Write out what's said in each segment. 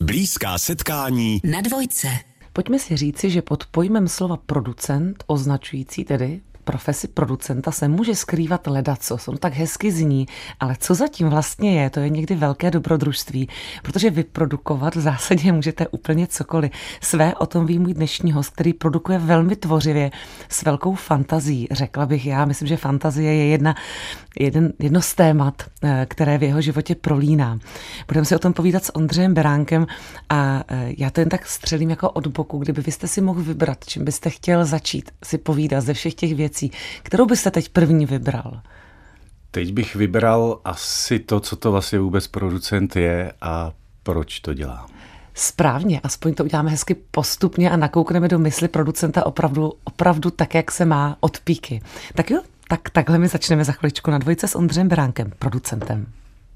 Blízká setkání na Dvojce. Pojďme si říci, že pod pojmem slova producent, označující tedy profesi producenta, se může skrývat ledacos. On tak hezky zní, ale co zatím vlastně je, to je někdy velké dobrodružství, protože vyprodukovat v zásadě můžete úplně cokoliv. Své o tom ví můj dnešní host, který produkuje velmi tvořivě, s velkou fantazí, řekla bych já. Myslím, že fantazie je jedno z témat, které v jeho životě prolíná. Budeme si o tom povídat s Ondřejem Beránkem a já to jen tak střelím jako od boku, kdyby vy jste si mohl vybrat, čím byste chtěl začít si povídat ze všech těch věcí, kterou byste teď první vybral? Teď bych vybral asi to, co to vlastně vůbec producent je a proč to dělá. Správně, aspoň to uděláme hezky postupně a nakoukneme do mysli producenta opravdu tak, jak se má od píky. Tak jo, takhle my začneme za chviličku na Dvojce s Ondřejem Beránkem, producentem.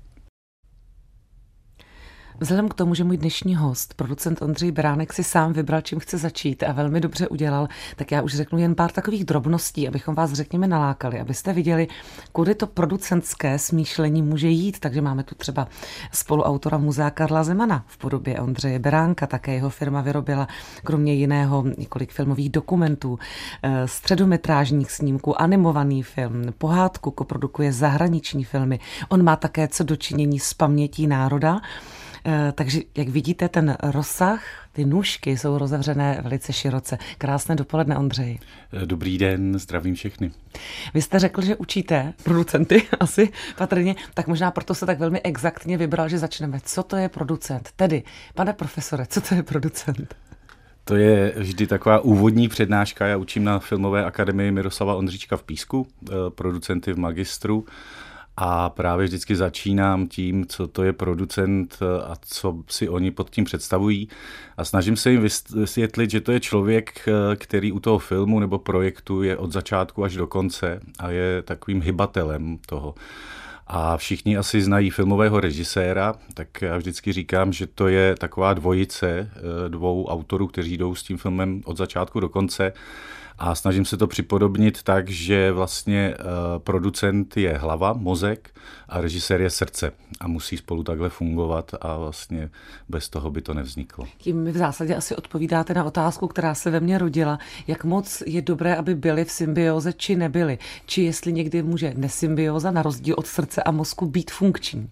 Vzhledem k tomu, že můj dnešní host, producent Ondřej Beránek, si sám vybral, čím chce začít a velmi dobře udělal, tak já už řeknu jen pár takových drobností, abychom vás, řekněme, nalákali, abyste viděli, kudy to producentské smýšlení může jít. Takže máme tu třeba spoluautora muzea Karla Zemana v podobě Ondřeje Beránka, také jeho firma vyrobila kromě jiného několik filmových dokumentů, středometrážních snímků, animovaný film, pohádku, koprodukuje zahraniční filmy. On má také co dočinění s pamětí národa. Takže, jak vidíte, ten rozsah, ty nůžky jsou rozevřené velice široce. Krásné dopoledne, Ondřeji. Dobrý den, zdravím všechny. Vy jste řekl, že učíte producenty, asi patrně, tak možná proto se tak velmi exaktně vybral, že začneme. Co to je producent? Tedy, pane profesore, co to je producent? To je vždy taková úvodní přednáška. Já učím na Filmové akademii Miroslava Ondříčka v Písku, producenty v magistru. A právě vždycky začínám tím, co to je producent a co si oni pod tím představují. A snažím se jim vysvětlit, že to je člověk, který u toho filmu nebo projektu je od začátku až do konce a je takovým hybatelem toho. A všichni asi znají filmového režiséra, tak já vždycky říkám, že to je taková dvojice dvou autorů, kteří jdou s tím filmem od začátku do konce. A snažím se to připodobnit tak, že vlastně producent je hlava, mozek a režisér je srdce. A musí spolu takhle fungovat a vlastně bez toho by to nevzniklo. Tím mi v zásadě asi odpovídáte na otázku, která se ve mně rodila. Jak moc je dobré, aby byli v symbioze, či nebyli? Či jestli někdy může nesymbioza, na rozdíl od srdce a mozku, být funkční?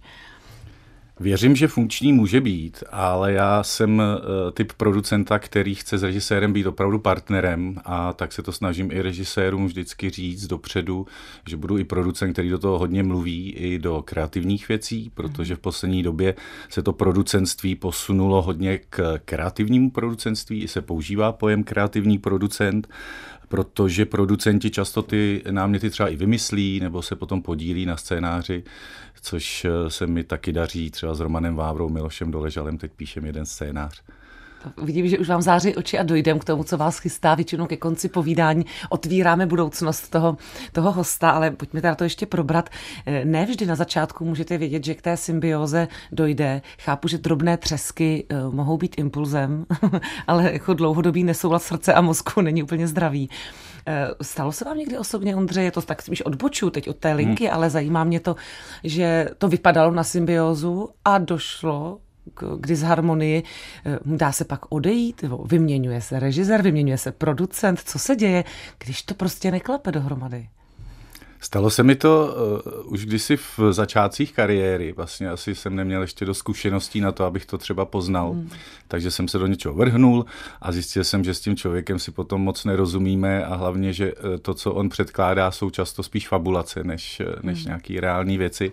Věřím, že funkční může být, ale já jsem typ producenta, který chce s režisérem být opravdu partnerem a tak se to snažím i režisérům vždycky říct dopředu, že budu i producent, který do toho hodně mluví i do kreativních věcí, protože v poslední době se to producentství posunulo hodně k kreativnímu producentství, i se používá pojem kreativní producent, protože producenti často ty náměty třeba i vymyslí nebo se potom podílí na scénáři, což se mi taky daří. Třeba s Romanem Vávrou, Milošem Doležalem teď píšem jeden scénář. Vidím, že už vám září oči a dojdem k tomu, co vás chystá. Většinou ke konci povídání otvíráme budoucnost toho hosta, ale pojďme teda to ještě probrat. Ne vždy na začátku můžete vědět, že k té symbioze dojde. Chápu, že drobné třesky mohou být impulzem, ale jako dlouhodobý nesouhlas srdce a mozku není úplně zdravý. Stalo se vám někdy osobně, Ondřej, je to tak spíš odbočuju teď od té linky, ale zajímá mě to, že to vypadalo na symbiózu a došlo k disharmonii, dá se pak odejít, vyměňuje se režisér, vyměňuje se producent, co se děje, když to prostě neklape dohromady? Stalo se mi to už kdysi v začátcích kariéry, vlastně asi jsem neměl ještě dost zkušeností na to, abych to třeba poznal, takže jsem se do něčeho vrhnul a zjistil jsem, že s tím člověkem si potom moc nerozumíme a hlavně, že to, co on předkládá, jsou často spíš fabulace, než nějaký reální věci.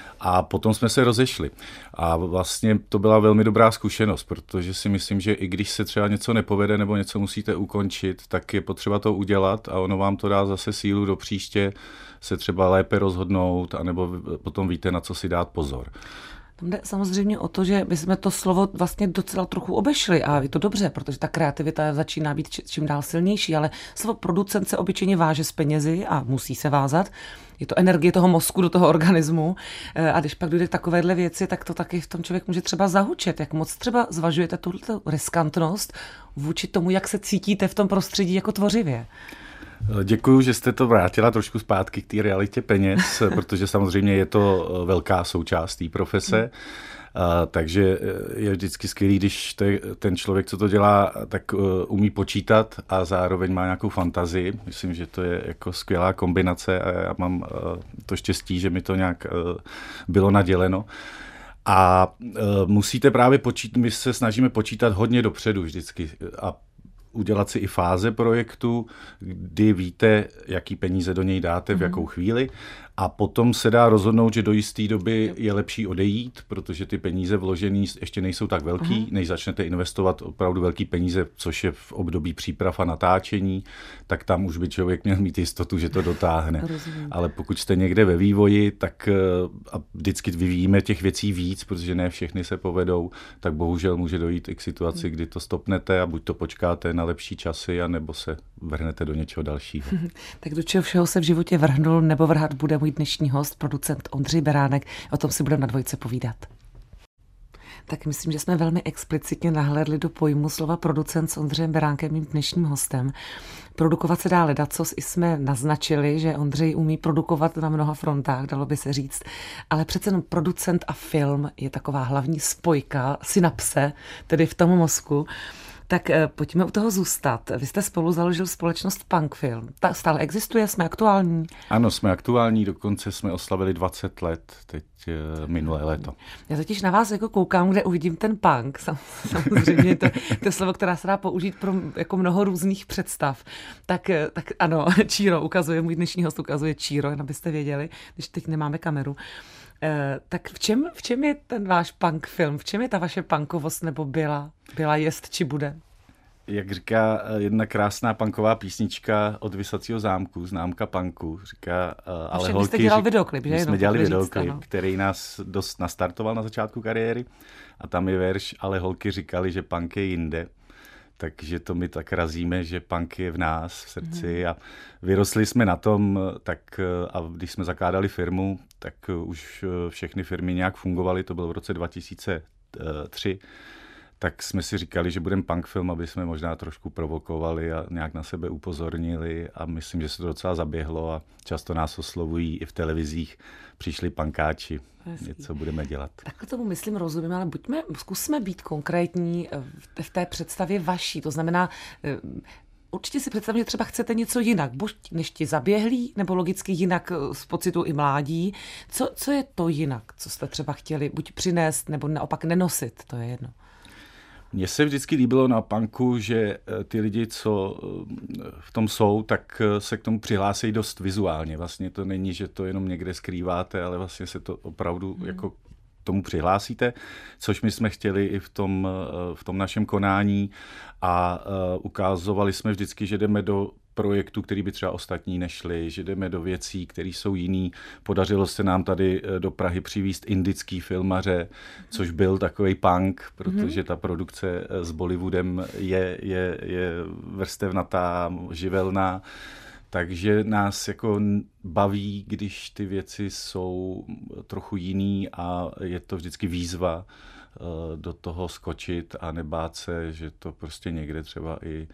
A potom jsme se rozešli. A vlastně to byla velmi dobrá zkušenost, protože si myslím, že i když se třeba něco nepovede nebo něco musíte ukončit, tak je potřeba to udělat a ono vám to dá zase sílu do příště se třeba lépe rozhodnout, anebo potom víte, na co si dát pozor. Tam jde samozřejmě o to, že bychom to slovo vlastně docela trochu obešli a je to dobře, protože ta kreativita začíná být čím dál silnější, ale slovo producent se obyčejně váže s penězi a musí se vázat. Je to energie toho mozku do toho organismu a když pak dojde k takovéhle věci, tak to taky v tom člověk může třeba zahučet. Jak moc třeba zvažujete tuto riskantnost vůči tomu, jak se cítíte v tom prostředí jako tvořivě? Děkuju, že jste to vrátila trošku zpátky k té realitě peněz, protože samozřejmě je to velká součást té profese. Takže je vždycky skvělý, když ten člověk, co to dělá, tak umí počítat a zároveň má nějakou fantazii. Myslím, že to je jako skvělá kombinace a já mám to štěstí, že mi to nějak bylo naděleno. A musíte právě my se snažíme počítat hodně dopředu vždycky a udělat si i fáze projektu, kdy víte, jaký peníze do něj dáte, v jakou chvíli. A potom se dá rozhodnout, že do jisté doby je lepší odejít, protože ty peníze vložený ještě nejsou tak velký, než začnete investovat opravdu velký peníze, což je v období příprav a natáčení, tak tam už by člověk měl mít jistotu, že to dotáhne. Rozumím. Ale pokud jste někde ve vývoji, tak a vždycky vyvíjíme těch věcí víc, protože ne všechny se povedou, tak bohužel může dojít i k situaci, kdy to stopnete a buď to počkáte na lepší časy, anebo se vrhnete do něčeho dalšího. Tak do čeho všeho se v životě vrhnul nebo vrhat bude můj dnešní host, producent Ondřej Beránek. O tom si budeme na Dvojce povídat. Tak myslím, že jsme velmi explicitně nahlédli do pojmu slova producent s Ondřejem Beránkem, mým dnešním hostem. Produkovat se dá ledacos, i jsme naznačili, že Ondřej umí produkovat na mnoha frontách, dalo by se říct, ale přece jenom producent a film je taková hlavní spojka, synapse, tedy v tom mozku. Tak pojďme u toho zůstat. Vy jste spolu založil společnost Punkfilm. Ta stále existuje, jsme aktuální? Ano, jsme aktuální, dokonce jsme oslavili 20 let, teď minulé léto. Já totiž na vás jako koukám, kde uvidím ten punk. Samozřejmě to slovo, která se dá použít pro jako mnoho různých představ. Tak ano, Číro ukazuje, můj dnešní host ukazuje Číro, jen abyste věděli, když teď nemáme kameru. Tak v čem je ten váš punk film? V čem je ta vaše punkovost, nebo byla, jest, či bude? Jak říká jedna krásná punková písnička od Vysacího zámku, známka punku, říká ale holky... Vy jste dělal videoklip, že? My jsme dělali videoklip, který nás dost nastartoval na začátku kariéry a tam je verš, ale holky říkali, že punk je jinde. Takže to my tak razíme, že punk je v nás, v srdci a vyrostli jsme na tom, tak a když jsme zakládali firmu, tak už všechny firmy nějak fungovaly, to bylo v roce 2003, tak jsme si říkali, že budeme punk film, aby jsme možná trošku provokovali a nějak na sebe upozornili a myslím, že se to docela zaběhlo a často nás oslovují i v televizích, přišli punkáči, něco budeme dělat. Takhle tomu myslím, rozumím, ale zkusme být konkrétní v té představě vaší, to znamená, určitě si představím, že třeba chcete něco jinak, buď než ti zaběhlí, nebo logicky jinak z pocitu i mládí. Co je to jinak, co jste třeba chtěli buď přinést, nebo naopak nenosit, to je jedno. Mně se vždycky líbilo na punku, že ty lidi, co v tom jsou, tak se k tomu přihlásí dost vizuálně. Vlastně to není, že to jenom někde skrýváte, ale vlastně se to opravdu jako tomu přihlásíte, což my jsme chtěli i v tom našem konání a ukázovali jsme vždycky, že jdeme do projektů, který by třeba ostatní nešli, že jdeme do věcí, které jsou jiný. Podařilo se nám tady do Prahy přivízt indický filmaře, což byl takový punk, protože ta produkce s Bollywoodem je vrstevnatá, živelná. Takže nás jako baví, když ty věci jsou trochu jiný a je to vždycky výzva do toho skočit a nebát se, že to prostě někde třeba i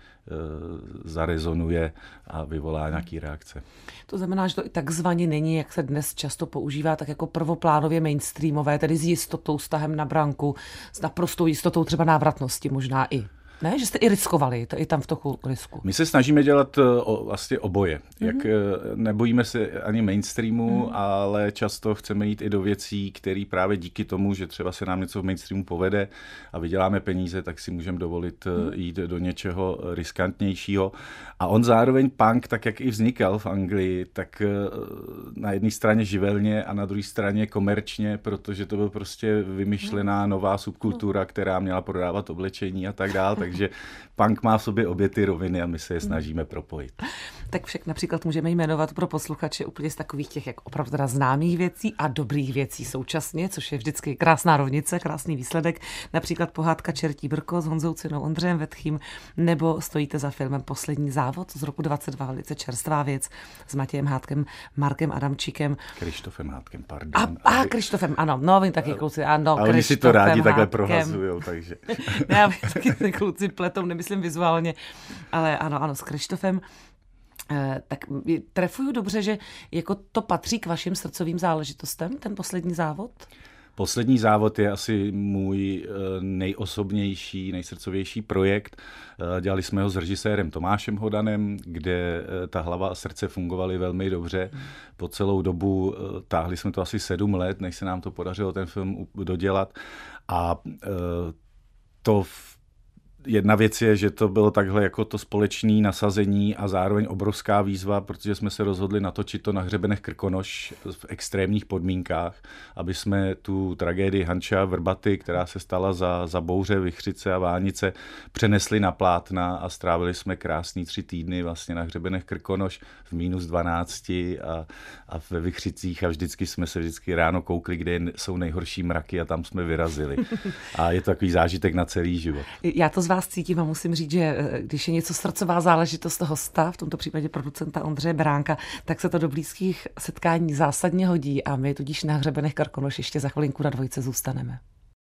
zarezonuje a vyvolá nějaký reakce. To znamená, že to i takzvaně není, jak se dnes často používá, tak jako prvoplánově mainstreamové, tedy s jistotou, s tahem na branku, s naprostou jistotou třeba návratnosti možná i. Ne, že jste i riskovali, to i tam v toku risku. My se snažíme dělat vlastně oboje. Jak nebojíme se ani mainstreamu, ale často chceme jít i do věcí, které právě díky tomu, že třeba se nám něco v mainstreamu povede a vyděláme peníze, tak si můžeme dovolit jít do něčeho riskantnějšího. A on zároveň punk, tak jak i vznikal v Anglii, tak na jedné straně živelně a na druhé straně komerčně, protože to byl prostě vymyšlená nová subkultura, která měla prodávat oblečení a tak dále. Takže punk má v sobě obě ty roviny a my se je snažíme propojit. Tak však například můžeme jmenovat pro posluchače úplně z takových těch jak opravdu teda známých věcí a dobrých věcí současně, což je vždycky krásná rovnice, krásný výsledek. Například Pohádka Čertí brko s Honzou Cinou, Ondřejem Vetchým, nebo stojíte za filmem Poslední závod z roku 22, velice čerstvá věc s Matějem Hádkem, Markem Adamčíkem. Krištofem Hádkem, pardon. Krištofem, ano, no, oni taky kluci, ano. Ale oni si to rádi takhle prohazujou, takže. Já taky ty kluci pletou, nemyslím vizuálně, ale ano, s Krištofem. Tak trefuju dobře, že jako to patří k vašim srdcovým záležitostem, ten Poslední závod? Poslední závod je asi můj nejosobnější, nejsrdcovější projekt. Dělali jsme ho s režisérem Tomášem Hodanem, kde ta hlava a srdce fungovaly velmi dobře. Po celou dobu táhli jsme to asi 7 let, než se nám to podařilo ten film dodělat. A jedna věc je, že to bylo takhle jako to společné nasazení a zároveň obrovská výzva, protože jsme se rozhodli natočit to na hřebenech Krkonoš v extrémních podmínkách, aby jsme tu tragédii Hanče a Vrbaty, která se stala za bouře, vichřice a vánice, přenesli na plátna a strávili jsme krásný 3 týdny vlastně na hřebenech Krkonoš v -12 a ve vichřicích a vždycky jsme se ráno koukli, kde jsou nejhorší mraky a tam jsme vyrazili. A je to takový zážitek na celý život. Já to z vás cítím a musím říct, že když je něco srdcová záležitost hosta, v tomto případě producenta Ondřeje Beránka, tak se to do blízkých setkání zásadně hodí a my tudíž na hřebenech Krkonoš ještě za chvilinku na dvojce zůstaneme.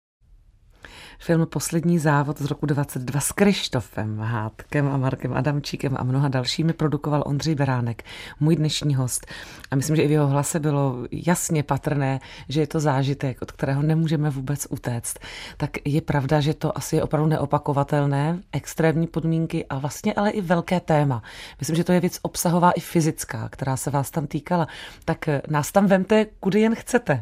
Film Poslední závod z roku 2022 s Kryštofem Hádkem a Markem Adamčíkem a mnoha dalšími produkoval Ondřej Beránek, můj dnešní host. A myslím, že i v jeho hlase bylo jasně patrné, že je to zážitek, od kterého nemůžeme vůbec utéct. Tak je pravda, že to asi je opravdu neopakovatelné, extrémní podmínky a vlastně ale i velké téma. Myslím, že to je věc obsahová i fyzická, která se vás tam týkala. Tak nás tam vemte, kudy jen chcete.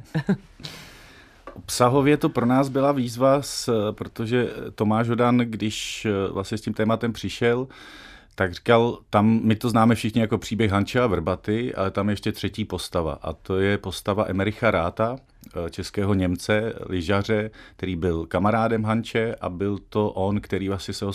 Obsahově to pro nás byla výzva, protože Tomáš Hodan, když vlastně s tím tématem přišel, tak říkal, tam my to známe všichni jako příběh Hanče a Vrbaty, ale tam je ještě třetí postava a to je postava Emericha Ráta, českého Němce, lyžaře, který byl kamarádem Hanče a byl to on, který vlastně se ho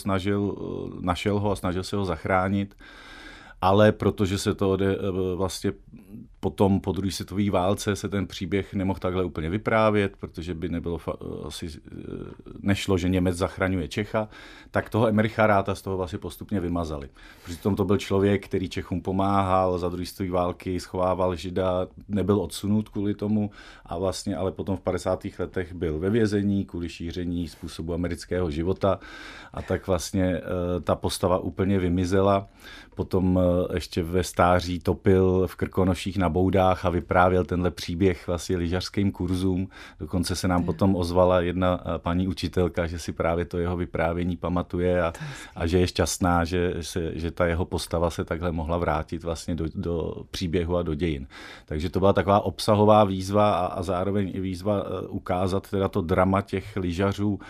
našel ho a snažil se ho zachránit. Ale protože se to vlastně potom po druhé světové válce se ten příběh nemohl takhle úplně vyprávět, protože by asi nešlo, že Němec zachraňuje Čecha, tak toho Emericha Ráta z toho vlastně postupně vymazali. Přitom to byl člověk, který Čechům pomáhal, za druhé světové války schovával Žida, nebyl odsunut kvůli tomu a vlastně ale potom v 50. letech byl ve vězení kvůli šíření způsobu amerického života a tak vlastně ta postava úplně vymizela. Potom ještě ve stáří topil v Krkonoších na boudách a vyprávěl tenhle příběh vlastně lyžařským kurzům. Dokonce se nám potom ozvala jedna paní učitelka, že si právě to jeho vyprávění pamatuje a že je šťastná, že ta jeho postava se takhle mohla vrátit vlastně do příběhu a do dějin. Takže to byla taková obsahová výzva a zároveň i výzva ukázat teda to drama těch lyžařů,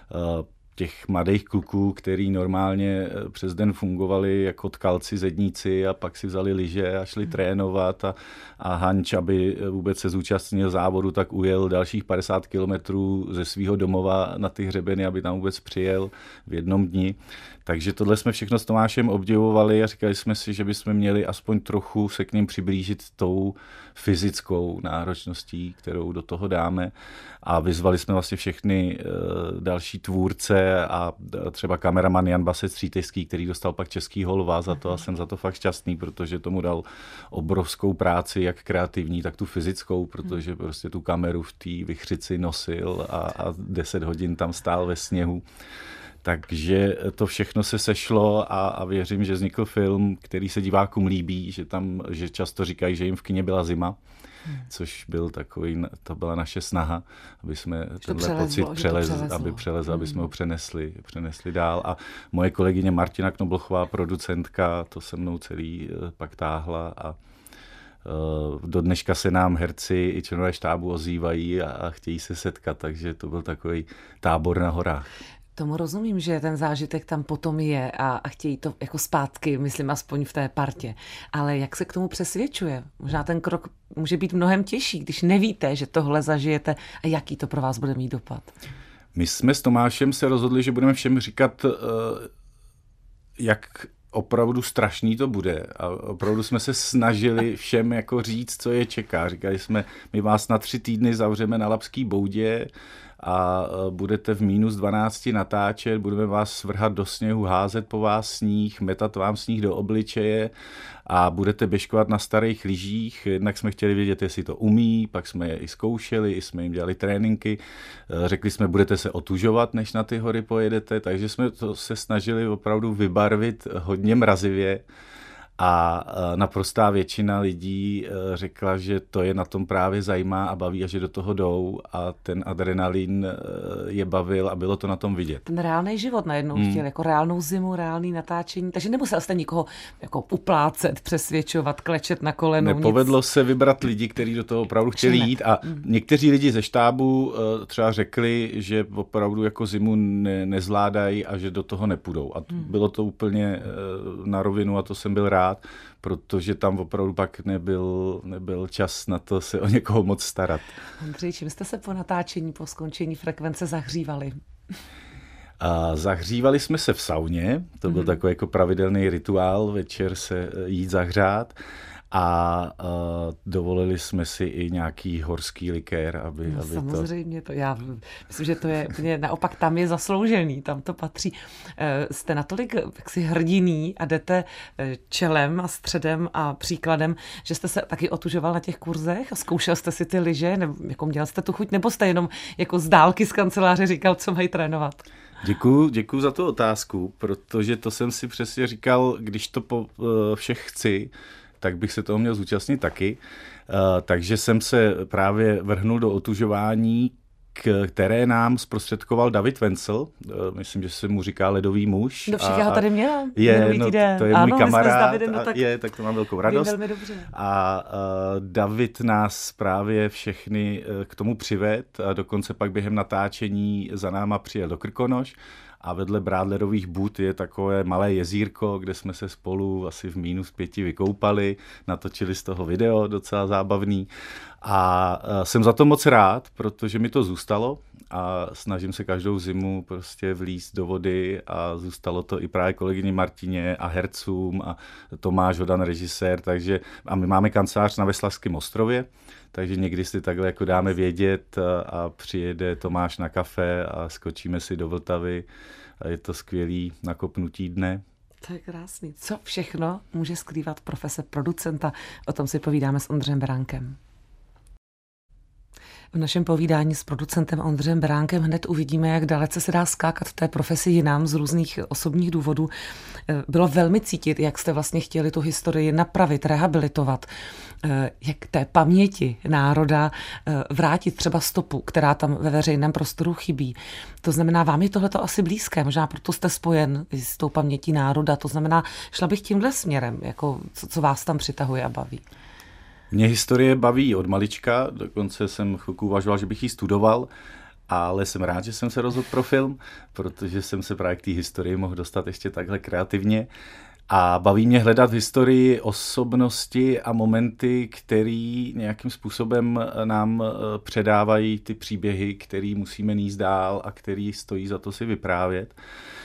těch mladých kluků, který normálně přes den fungovali jako tkalci, zedníci a pak si vzali lyže a šli trénovat a Hanč, aby vůbec se zúčastnil závodu, tak ujel dalších 50 kilometrů ze svého domova na ty hřebeny, aby tam vůbec přijel v jednom dni. Takže tohle jsme všechno s Tomášem obdivovali a říkali jsme si, že bychom měli aspoň trochu se k ním přiblížit tou fyzickou náročností, kterou do toho dáme. A vyzvali jsme vlastně všechny další tvůrce a třeba kameraman Jan Basec Střítežský, který dostal pak Český holva za to a jsem za to fakt šťastný, protože tomu dal obrovskou práci, jak kreativní, tak tu fyzickou, protože prostě tu kameru v té vichřici nosil a 10 hodin tam stál ve sněhu. Takže to všechno se sešlo a věřím, že vznikl film, který se divákům líbí, že často říkají, že jim v kině byla zima, což byl to byla naše snaha, aby jsme tenhle pocit přelezl, aby jsme ho přenesli dál. A moje kolegyně Martina Knoblochová, producentka, to se mnou celý pak táhla a do dneška se nám herci i členové štábu ozývají a chtějí se setkat, takže to byl takový tábor na horách. Tomu rozumím, že ten zážitek tam potom je a chtějí to jako zpátky, myslím aspoň v té partě. Ale jak se k tomu přesvědčuje? Možná ten krok může být mnohem těžší, když nevíte, že tohle zažijete a jaký to pro vás bude mít dopad. My jsme s Tomášem se rozhodli, že budeme všem říkat, jak opravdu strašný to bude. A opravdu jsme se snažili všem jako říct, co je čeká. Říkali jsme, my vás na 3 týdny zavřeme na Labský boudě a budete v -12 natáčet, budeme vás svrhat do sněhu, házet po vás sníh, metat vám sníh do obličeje a budete běžkovat na starých lyžích. Jednak jsme chtěli vědět, jestli to umí, pak jsme je i zkoušeli, jsme jim dělali tréninky. Řekli jsme, budete se otužovat, než na ty hory pojedete, takže jsme to se snažili opravdu vybarvit hodně mrazivě. A naprostá většina lidí řekla, že to je na tom právě zajímá a baví a že do toho jdou a ten adrenalin je bavil a bylo to na tom vidět. Ten reálný život najednou chtěl, jako reálnou zimu, reálný natáčení, takže nemusel jste nikoho jako uplácet, přesvědčovat, klečet na kolenou. Nepovedlo se vybrat lidi, kteří do toho opravdu chtěli jít a někteří lidi ze štábu třeba řekli, že opravdu jako zimu nezvládají a že do toho nepůjdou. A bylo to úplně na rovinu a to jsem byl rád, protože tam opravdu pak nebyl čas na to se o někoho moc starat. Ondřej, čím jste se po natáčení, po skončení Frekvence zahřívali? A zahřívali jsme se v sauně, to byl takový jako pravidelný rituál, večer se jít zahřát a dovolili jsme si i nějaký horský likér, aby samozřejmě to, já myslím, že to je úplně naopak, tam je zasloužený, tam to patří. Jste natolik jaksi hrdiný a jdete čelem a středem a příkladem, že jste se taky otužoval na těch kurzech a zkoušel jste si ty lyže, nebo jako měl jste tu chuť, nebo jste jenom jako z dálky z kanceláře říkal, co mají trénovat? Děkuju za tu otázku, protože to jsem si přesně říkal, když to po všech chci, tak bych se toho měl zúčastnit taky. Takže jsem se právě vrhnul do otužování, které nám zprostředkoval David Vencel. Myslím, že se mu říká ledový muž. No však já ho tady měla. To je můj kamarád. Davidem, tak to mám velkou radost. Velmi dobře. A David nás právě všechny k tomu přived a dokonce pak během natáčení za náma přijel do Krkonoš. A vedle Brádlerových Bud je takové malé jezírko, kde jsme se spolu asi v -5 vykoupali, natočili z toho video, docela zábavný. A jsem za to moc rád, protože mi to zůstalo a snažím se každou zimu prostě vlízt do vody a zůstalo to i právě kolegyni Martině a hercům a Tomáš Hodan, režisér, a my máme kancelář na Veslařském ostrově, takže někdy si takhle jako dáme vědět a přijede Tomáš na kafe a skočíme si do Vltavy a je to skvělý nakopnutí dne. To je krásný. Co všechno může skrývat profese producenta? O tom si povídáme s Ondřejem Beránkem. V našem povídání s producentem Ondřejem Beránkem hned uvidíme, jak dalece se dá skákat v té profesi jinam z různých osobních důvodů. Bylo velmi cítit, jak jste vlastně chtěli tu historii napravit, rehabilitovat, jak té paměti národa vrátit třeba stopu, která tam ve veřejném prostoru chybí. To znamená, vám je tohleto asi blízké, možná proto jste spojen s tou pamětí národa. To znamená, šla bych tímhle směrem, jako co vás tam přitahuje a baví. Mě historie baví od malička, dokonce jsem chvilku uvažoval, že bych ji studoval, ale jsem rád, že jsem se rozhodl pro film, protože jsem se právě k té historii mohl dostat ještě takhle kreativně. A baví mě hledat v historii osobnosti a momenty, které nějakým způsobem nám předávají ty příběhy, které musíme nést dál a které stojí za to si vyprávět.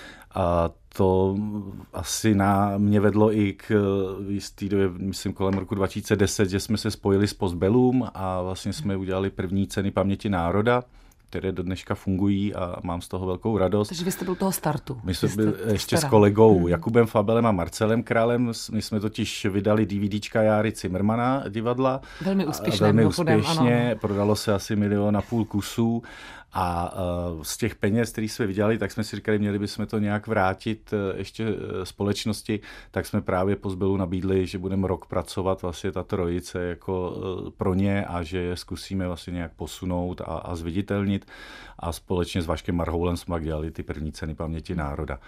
A to asi mě vedlo i k jistý době, myslím kolem roku 2010, že jsme se spojili s Postbellum a vlastně jsme udělali první ceny paměti národa, které do dneška fungují a mám z toho velkou radost. Takže vy jste byl toho startu. My jsme byli ještě s kolegou Jakubem Fabelem a Marcelem Králem. My jsme totiž vydali DVDčka Járy Cimrmana divadla. Velmi úspěšně. Ano. Prodalo se asi 1,5 milionu kusů. A z těch peněz, které jsme vydělali, tak jsme si říkali, měli bychom to nějak vrátit ještě společnosti, tak jsme právě Postbellu nabídli, že budeme rok pracovat vlastně ta trojice jako pro ně a že je zkusíme vlastně nějak posunout a zviditelnit. A společně s Vaškem Marhoulem jsme dělali ty první ceny paměti národa.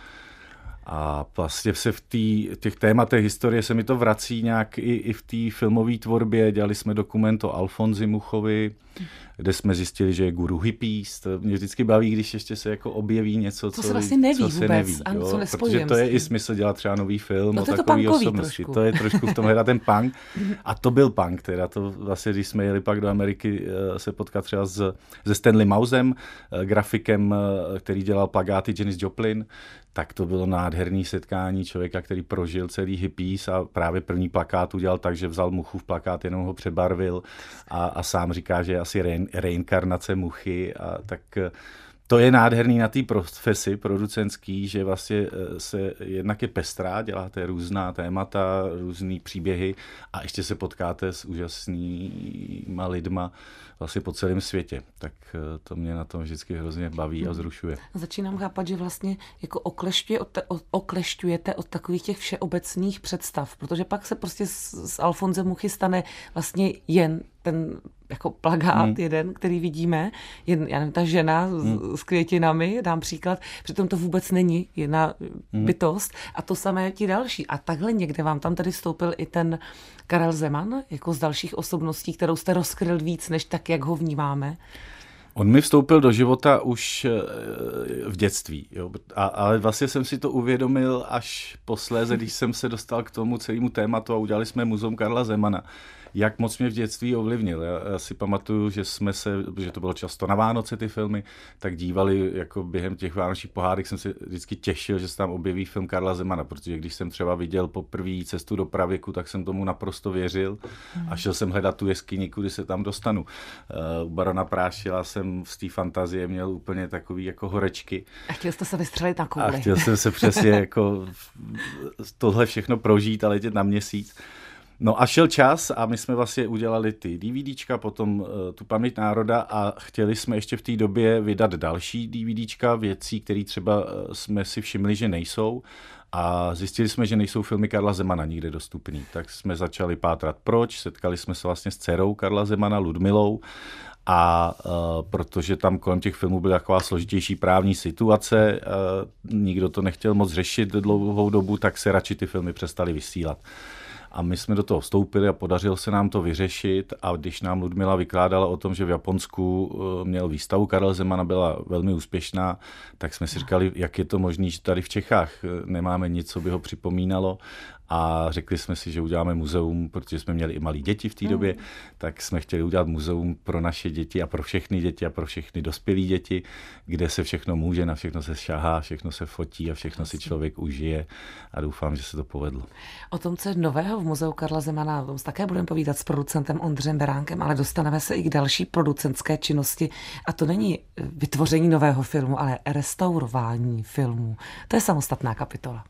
A vlastně se v těch tématech historie se mi to vrací nějak i v té filmové tvorbě. Dělali jsme dokument o Alfonzi Muchovi, kde jsme zjistili, že je guru hippies. To mě vždycky baví, když ještě se jako objeví něco, co se vlastně neví vůbec, co protože to je i smysl dělat třeba nový film o takové osobnosti. Trošku. To je trošku v tom hledat ten punk. A to byl punk, teda to vlastně, když jsme jeli pak do Ameriky se potkat třeba se Stanley Mausem, grafikem, který dělal plakáty Janis Joplin, tak to bylo nádherný setkání člověka, který prožil celý hippies a právě první plakát udělal tak, že vzal Muchův plakát, jenom ho přebarvil a sám říká, že je asi reinkarnace Muchy a tak to je nádherný na té profesi producentský, že vlastně se jednak je pestrá, děláte různá témata, různý příběhy a ještě se potkáte s úžasnýma lidma vlastně po celém světě. Tak to mě na tom vždycky hrozně baví a vzrušuje. Začínám chápat, že vlastně jako oklešťujete od takových těch všeobecných představ, protože pak se prostě s Alfonsem Muchy stane vlastně jen ten jako plakát jeden, který vidíme, já nevím, ta žena s květinami, dám příklad, přitom to vůbec není jedna bytost a to samé ti další. A takhle někde vám tam tady vstoupil i ten Karel Zeman, jako z dalších osobností, kterou jste rozkryl víc, než tak, jak ho vnímáme. On mi vstoupil do života už v dětství, jo. Ale vlastně jsem si to uvědomil až posléze, když jsem se dostal k tomu celému tématu a udělali jsme Muzeum Karla Zemana. Jak moc mě v dětství ovlivnil. Já si pamatuju, že to bylo často na Vánoce ty filmy, tak dívali jako během těch vánočních pohádek jsem se vždycky těšil, že se tam objeví film Karla Zemana, protože když jsem třeba viděl poprvé Cestu do pravěku, tak jsem tomu naprosto věřil a šel jsem hledat tu jeskyni, kudy se tam dostanu. U barona Prášila jsem z té fantazie měl úplně takový jako horečky. A chtěl jste se vystřelit na kouli. A chtěl jsem se přesně jako tohle všechno prožít a letět na Měsíc. No a šel čas a my jsme vlastně udělali ty DVDčka, potom tu Paměť národa a chtěli jsme ještě v té době vydat další DVDčka, věcí, které třeba jsme si všimli, že nejsou a zjistili jsme, že nejsou filmy Karla Zemana nikde dostupný. Tak jsme začali pátrat proč, setkali jsme se vlastně s dcerou Karla Zemana, Ludmilou, a protože tam kolem těch filmů byla taková složitější právní situace, nikdo to nechtěl moc řešit dlouhou dobu, tak se radši ty filmy přestali vysílat. A my jsme do toho vstoupili a podařilo se nám to vyřešit a když nám Ludmila vykládala o tom, že v Japonsku měl výstavu Karel Zeman a byla velmi úspěšná, tak jsme si říkali, jak je to možné, že tady v Čechách nemáme nic, co by ho připomínalo. A řekli jsme si, že uděláme muzeum, protože jsme měli i malí děti v té době, tak jsme chtěli udělat muzeum pro naše děti a pro všechny děti a pro všechny dospělé děti, kde se všechno může, na všechno se šahá, všechno se fotí a všechno si člověk užije a doufám, že se to povedlo. O tom, co je nového v muzeu Karla Zemana, také budeme povídat s producentem Ondřejem Beránkem, ale dostaneme se i k další producentské činnosti a to není vytvoření nového filmu, ale restaurování filmů. To je samostatná kapitola.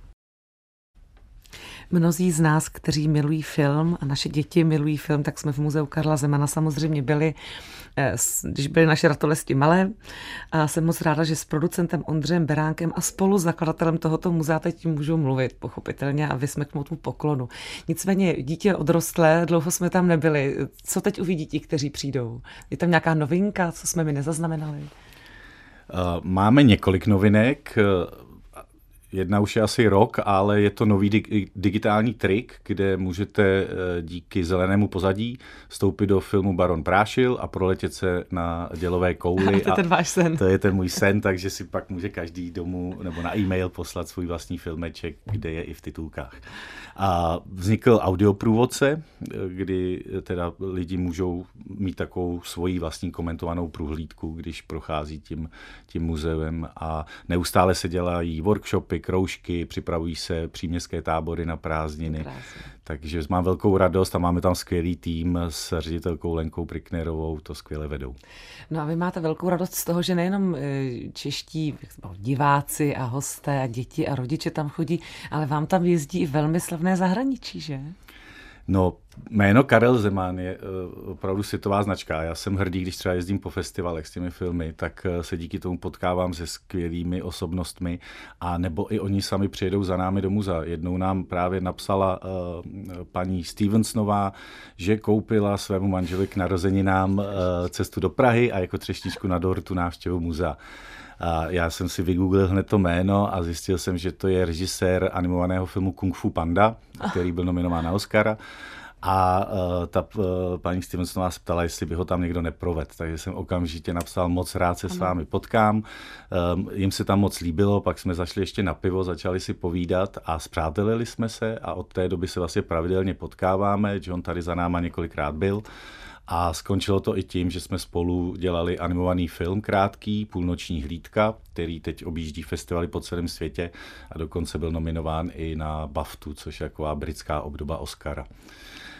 Mnozí z nás, kteří milují film a naše děti milují film, tak jsme v muzeu Karla Zemana samozřejmě byli, když byly naše ratolesti malé. A jsem moc ráda, že s producentem Ondřejem Beránkem a spoluzakladatelem tohoto muzea teď můžu mluvit, pochopitelně, a vysmeknout mu poklonu. Nicméně dítě odrostlé, dlouho jsme tam nebyli. Co teď uvidí ti, kteří přijdou? Je tam nějaká novinka, co jsme mi nezaznamenali? Máme několik novinek. Jedna už je asi rok, ale je to nový digitální trik, kde můžete díky zelenému pozadí vstoupit do filmu Baron Prášil a proletět se na dělové kouli. To je ten váš sen. To je ten můj sen, takže si pak může každý domů nebo na e-mail poslat svůj vlastní filmeček, kde je i v titulkách. A vznikl audioprůvodce, kdy teda lidi můžou mít takovou svoji vlastní komentovanou průhlídku, když prochází tím muzeem a neustále se dělají workshopy, kroužky, připravují se příměstské tábory na prázdniny. Krásně. Takže mám velkou radost a máme tam skvělý tým s ředitelkou Lenkou Priknerovou, to skvěle vedou. No a vy máte velkou radost z toho, že nejenom čeští diváci a hosté a děti a rodiče tam chodí, ale vám tam jezdí i velmi slavné zahraničí, že? No, jméno Karel Zeman je opravdu světová značka. Já jsem hrdý, když třeba jezdím po festivalech s těmi filmy, tak se díky tomu potkávám se skvělými osobnostmi a nebo i oni sami přijedou za námi do muzea. Jednou nám právě napsala paní Stevensonová, že koupila svému manželi k narozeninám cestu do Prahy a jako třešničku na dortu návštěvu muzea. A já jsem si vygooglil hned to jméno a zjistil jsem, že to je režisér animovaného filmu Kung Fu Panda, který byl nominován na Oscara. A ta paní Stevensonová se ptala, jestli by ho tam někdo neprovedl. Takže jsem okamžitě napsal, moc rád se s vámi potkám. Jim se tam moc líbilo, pak jsme zašli ještě na pivo, začali si povídat a spřátelili jsme se a od té doby se vlastně pravidelně potkáváme. John tady za náma několikrát byl. A skončilo to i tím, že jsme spolu dělali animovaný film krátký, Půlnoční hlídka, který teď objíždí festivaly po celém světě a dokonce byl nominován i na BAFTu, což je taková britská obdoba Oscara.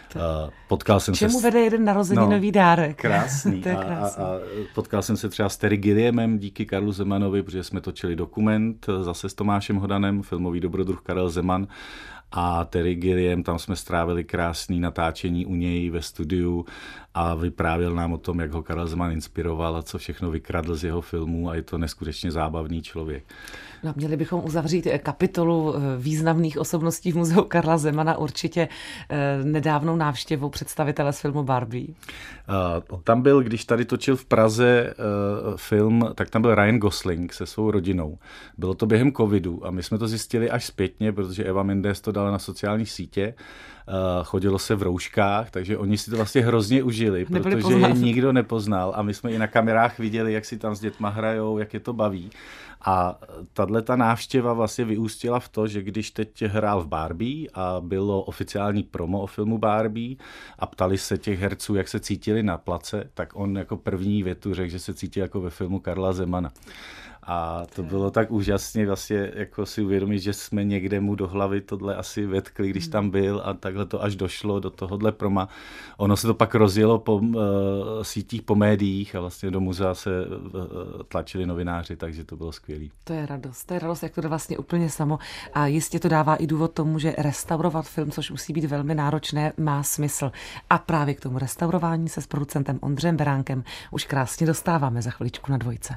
Potkal jsem čemu vede jeden narozeninový dárek. Krásný. To je krásný. A potkal jsem se třeba s Terry Gilliamem díky Karlu Zemanovi, protože jsme točili dokument zase s Tomášem Hodanem, filmový dobrodruh Karel Zeman. A Terry Gilliam, tam jsme strávili krásný natáčení u něj ve studiu a vyprávěl nám o tom, jak ho Karel Zeman inspiroval a co všechno vykradl z jeho filmů a je to neskutečně zábavný člověk. No, měli bychom uzavřít kapitolu významných osobností v muzeu Karla Zemana určitě nedávnou návštěvou představitele z filmu Barbie. Tam byl, když tady točil v Praze film, tak tam byl Ryan Gosling se svou rodinou. Bylo to během covidu a my jsme to zjistili až zpětně, protože Eva Mendes to dala na sociální sítě. Chodilo se v rouškách, takže oni si to vlastně hrozně užili, protože je nikdo nepoznal a my jsme i na kamerách viděli, jak si tam s dětma hrajou, jak je to baví. A tato návštěva vlastně vyústila v to, že když teď hrál v Barbie a bylo oficiální promo o filmu Barbie a ptali se těch herců, jak se cítili na place, tak on jako první větu řekl, že se cítil jako ve filmu Karla Zemana. A to bylo tak úžasně vlastně jako si uvědomit, že jsme někde mu do hlavy tohle asi vetkli, když tam byl a takhle to až došlo do tohohle proma. Ono se to pak rozjelo po sítích, po médiích a vlastně do muzea se tlačili novináři, takže to bylo skvělý. To je radost, jak to jde vlastně úplně samo. A jistě to dává i důvod tomu, že restaurovat film, což musí být velmi náročné, má smysl. A právě k tomu restaurování se s producentem Ondřejem Beránkem už krásně dostáváme za chviličku na Dvojce.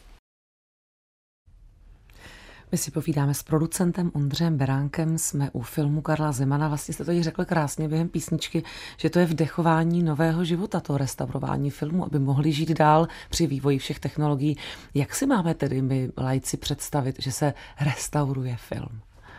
My si povídáme s producentem Ondřejem Beránkem, jsme u filmu Karla Zemana. Vlastně jste to jí řekl krásně během písničky, že to je vdechování nového života, to restaurování filmu, aby mohli žít dál při vývoji všech technologií. Jak si máme tedy my laici představit, že se restauruje film?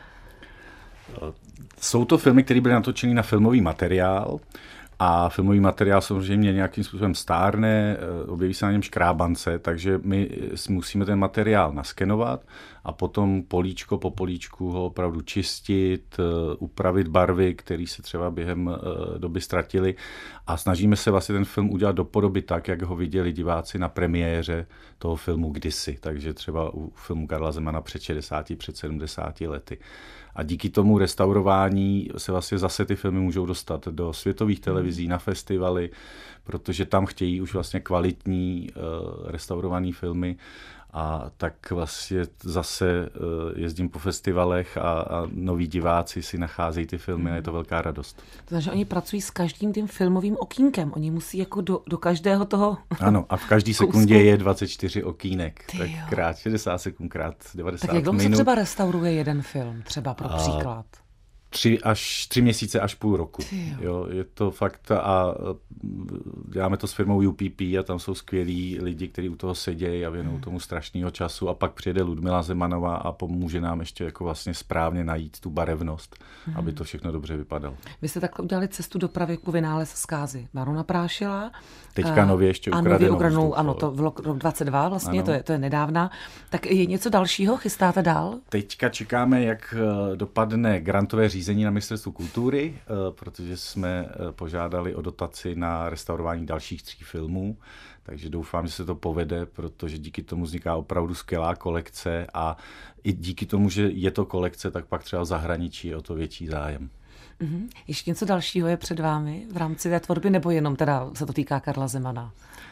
Jsou to filmy, které byly natočeny na filmový materiál. A filmový materiál samozřejmě nějakým způsobem stárne, objeví se na něm škrábance, takže my musíme ten materiál naskenovat a potom políčko po políčku ho opravdu čistit, upravit barvy, které se třeba během doby ztratily a snažíme se vlastně ten film udělat do podoby tak, jak ho viděli diváci na premiéře toho filmu kdysi, takže třeba u filmu Karla Zemana před 60, před 70 lety. A díky tomu restaurování se vlastně zase ty filmy můžou dostat do světových televizí, na festivaly, protože tam chtějí už vlastně kvalitní restaurované filmy. A tak vlastně zase jezdím po festivalech a noví diváci si nacházejí ty filmy a je to velká radost. To znamená, že oni pracují s každým tím filmovým okýnkem. Oni musí jako do každého toho... Ano, a v každý sekundě je 24 okýnek. Tak krát 60 sekund, krát 90 minut. Tak jak dlouho se třeba restauruje jeden film, třeba pro příklad? 3 měsíce až půl roku. Jo, je to fakt a děláme to s firmou UPP a tam jsou skvělí lidi, kteří u toho sedějí a věnují tomu strašného času a pak přijede Ludmila Zemanová a pomůže nám ještě jako vlastně správně najít tu barevnost, aby to všechno dobře vypadalo. Vy jste takhle udělali cestu do pravěku Vynález zkázy. Barona Prášila. Teďka nově ještě ukradenou. Ano, to v rok 22 vlastně, to je nedávna. Tak je něco dalšího? Chystáte dál? Teďka čekáme, jak dopadne grantové řízení na Ministerstvu kultury, protože jsme požádali o dotaci na restaurování dalších 3 filmů, takže doufám, že se to povede, protože díky tomu vzniká opravdu skvělá kolekce a i díky tomu, že je to kolekce, tak pak třeba v zahraničí je o to větší zájem. Ještě něco dalšího je před vámi v rámci té tvorby, nebo jenom teda se to týká Karla Zemana?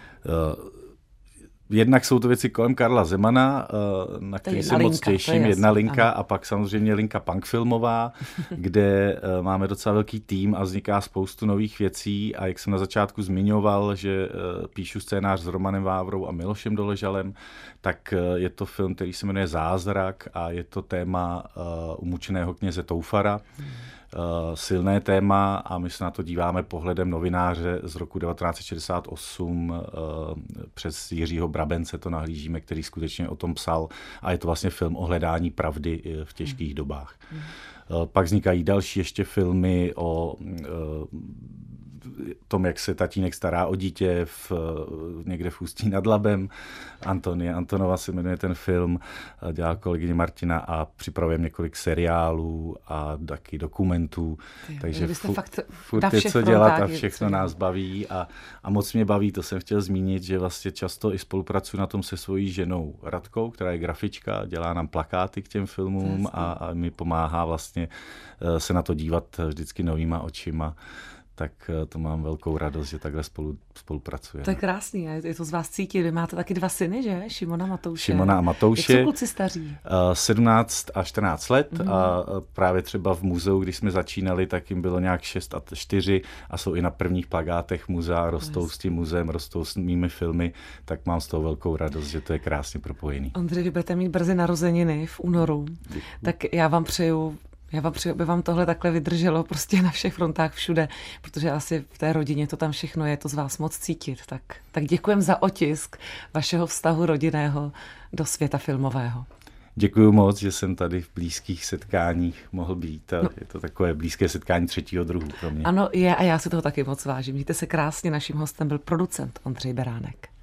Jednak jsou to věci kolem Karla Zemana, na který se moc těším. Jedna linka a pak samozřejmě linka punkfilmová, kde máme docela velký tým a vzniká spoustu nových věcí. A jak jsem na začátku zmiňoval, že píšu scénář s Romanem Vávrou a Milošem Doležalem, tak je to film, který se jmenuje Zázrak a je to téma umučeného kněze Toufara. Silné téma a my se na to díváme pohledem novináře z roku 1968 přes Jiřího Brabence to nahlížíme, který skutečně o tom psal a je to vlastně film o hledání pravdy v těžkých dobách. Pak vznikají další ještě filmy o tom, jak se tatínek stará o dítě někde v Ústí nad Labem. Antonova se jmenuje ten film, dělá kolegyně Martina a připravujeme několik seriálů a taky dokumentů. Takže furt je co dělat a všechno nás baví a moc mě baví, to jsem chtěl zmínit, že vlastně často i spolupracuji na tom se svojí ženou Radkou, která je grafička, dělá nám plakáty k těm filmům a mi pomáhá vlastně se na to dívat vždycky novýma očima. tak to mám velkou radost, že takhle spolupracujeme. To je krásný, je to z vás cítit. Vy máte taky 2 syny, že? Šimona a Matouše. Jak jsou kluci staří? 17 a 14 let a právě třeba v muzeu, když jsme začínali, tak jim bylo nějak 6 a 4 a jsou i na prvních plakátech muzea, rostou s tím muzeem, rostou s mými filmy, tak mám z toho velkou radost, že to je krásně propojený. Ondřej, vy budete mít brzy narozeniny v únoru, tak já vám přeju, aby vám tohle takhle vydrželo prostě na všech frontách všude, protože asi v té rodině to tam všechno je, to z vás moc cítit. Tak děkujem za otisk vašeho vztahu rodinného do světa filmového. Děkuji moc, že jsem tady v blízkých setkáních mohl být. Je to takové blízké setkání 3. druhu pro mě. Ano, je a já si toho taky moc vážím. Mějte se krásně, naším hostem byl producent Ondřej Beránek.